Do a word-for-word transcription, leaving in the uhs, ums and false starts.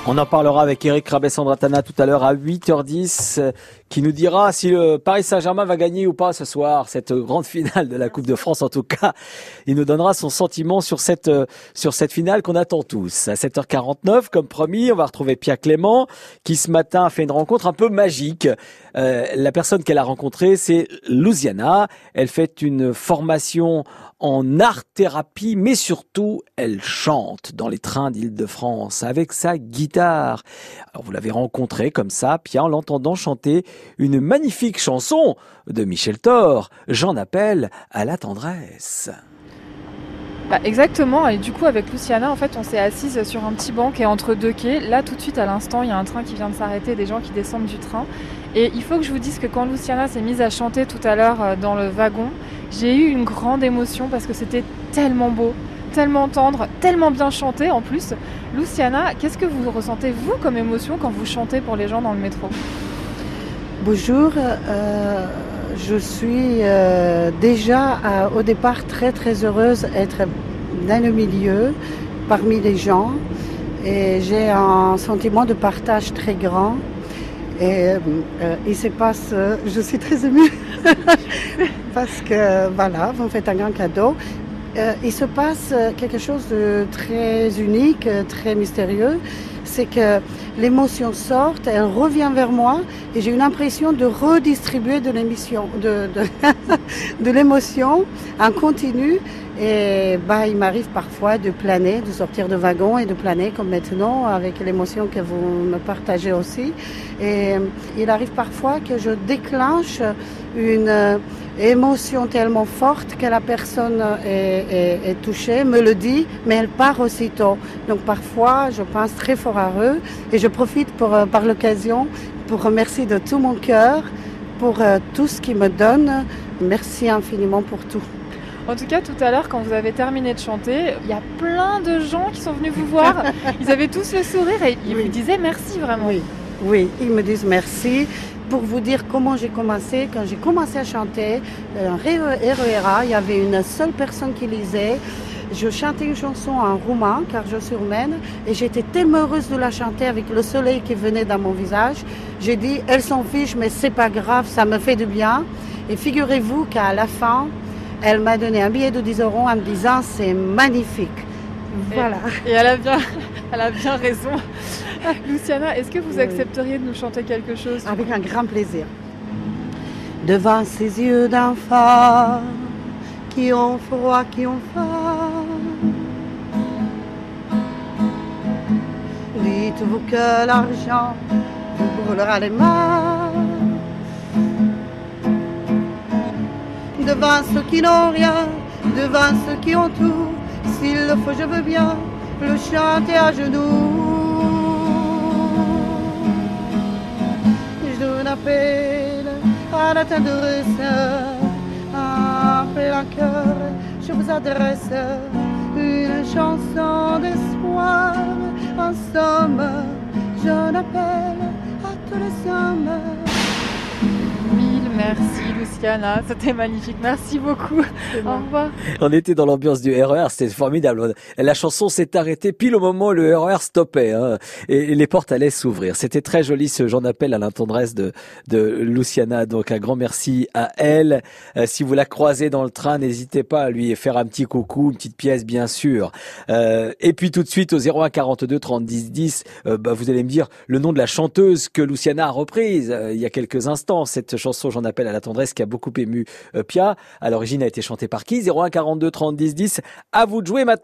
On en parlera avec Eric Rabessandratana tout à l'heure à huit heures dix, euh, qui nous dira si le Paris Saint-Germain va gagner ou pas ce soir, cette grande finale de la Coupe de France. En tout cas, il nous donnera son sentiment sur cette euh, sur cette finale qu'on attend tous. À sept heures quarante-neuf, comme promis, on va retrouver Pia Clément, qui ce matin a fait une rencontre un peu magique. Euh, la personne qu'elle a rencontrée, c'est Luciana. Elle fait une formation en art-thérapie, mais surtout, elle chante dans les trains d'Île-de-France avec sa guitare. Alors, vous l'avez rencontrée comme ça, Pia, en l'entendant chanter une magnifique chanson de Michel Thor. J'en appelle à la tendresse. Bah exactement, et du coup avec Luciana en fait on s'est assise sur un petit banc qui est entre deux quais. Là tout de suite à l'instant il y a un train qui vient de s'arrêter, des gens qui descendent du train. Et il faut que je vous dise que quand Luciana s'est mise à chanter tout à l'heure dans le wagon, j'ai eu une grande émotion parce que c'était tellement beau, tellement tendre, tellement bien chanté en plus. Luciana, qu'est-ce que vous ressentez vous comme émotion quand vous chantez pour les gens dans le métro? Bonjour, euh, je suis euh, déjà euh, au départ très très heureuse d'être dans le milieu, parmi les gens, et j'ai un sentiment de partage très grand. Et euh, il se passe, euh, je suis très émue parce que voilà, vous me faites un grand cadeau. Euh, il se passe quelque chose de très unique, très mystérieux. C'est que l'émotion sort, elle revient vers moi et j'ai une impression de redistribuer de l'émission, de, de, de l'émotion en continu. Et bah, il m'arrive parfois de planer, de sortir de wagon et de planer comme maintenant avec l'émotion que vous me partagez aussi. Et il arrive parfois que je déclenche une émotion tellement forte que la personne est, est, est touchée, me le dit, mais elle part aussitôt. Donc parfois, je pense très fort à eux et je profite pour, par l'occasion pour remercier de tout mon cœur pour tout ce qu'ils me donnent. Merci infiniment pour tout. En tout cas, tout à l'heure, quand vous avez terminé de chanter, il y a plein de gens qui sont venus vous voir. Ils avaient tous le sourire et ils oui. vous disaient merci vraiment. Oui, oui, ils me disent merci. Pour vous dire comment j'ai commencé, quand j'ai commencé à chanter, un R E R A, il y avait une seule personne qui lisait. Je chantais une chanson en roumain, car je suis roumaine, et j'étais tellement heureuse de la chanter avec le soleil qui venait dans mon visage. J'ai dit, elle s'en fiche, mais c'est pas grave, ça me fait du bien. Et figurez-vous qu'à la fin, elle m'a donné un billet de dix euros en me disant, c'est magnifique. Voilà. Et, et elle a bien, elle a bien raison. Luciana, est-ce que vous accepteriez de nous chanter quelque chose? Avec un grand plaisir. Devant ces yeux d'enfant qui ont froid, qui ont faim, dites-vous que l'argent vous brûlera les mains. Devant ceux qui n'ont rien, devant ceux qui ont tout, s'il le faut, je veux bien le chanter à genoux. Je n'appelle à la tendresse, en plein cœur, je vous adresse une chanson d'espoir. En somme, je n'appelle à tous les hommes. Mille merci Luciana, c'était magnifique, merci beaucoup, au revoir. On était dans l'ambiance du R E R, c'était formidable. La chanson s'est arrêtée pile au moment où le R E R stoppait, hein, et les portes allaient s'ouvrir. C'était très joli ce J'en appelle à la tendresse de, de Luciana, donc un grand merci à elle. Euh, si vous la croisez dans le train, n'hésitez pas à lui faire un petit coucou, une petite pièce bien sûr. Euh, et puis tout de suite au zéro un quarante-deux trente dix dix, euh, bah, vous allez me dire le nom de la chanteuse que Luciana a reprise euh, il y a quelques instants, cette chanson J'en appelle à la tendresse qui a beaucoup ému euh, Pia. À l'origine a été chantée par qui? zéro un quarante-deux trente dix dix. À vous de jouer maintenant.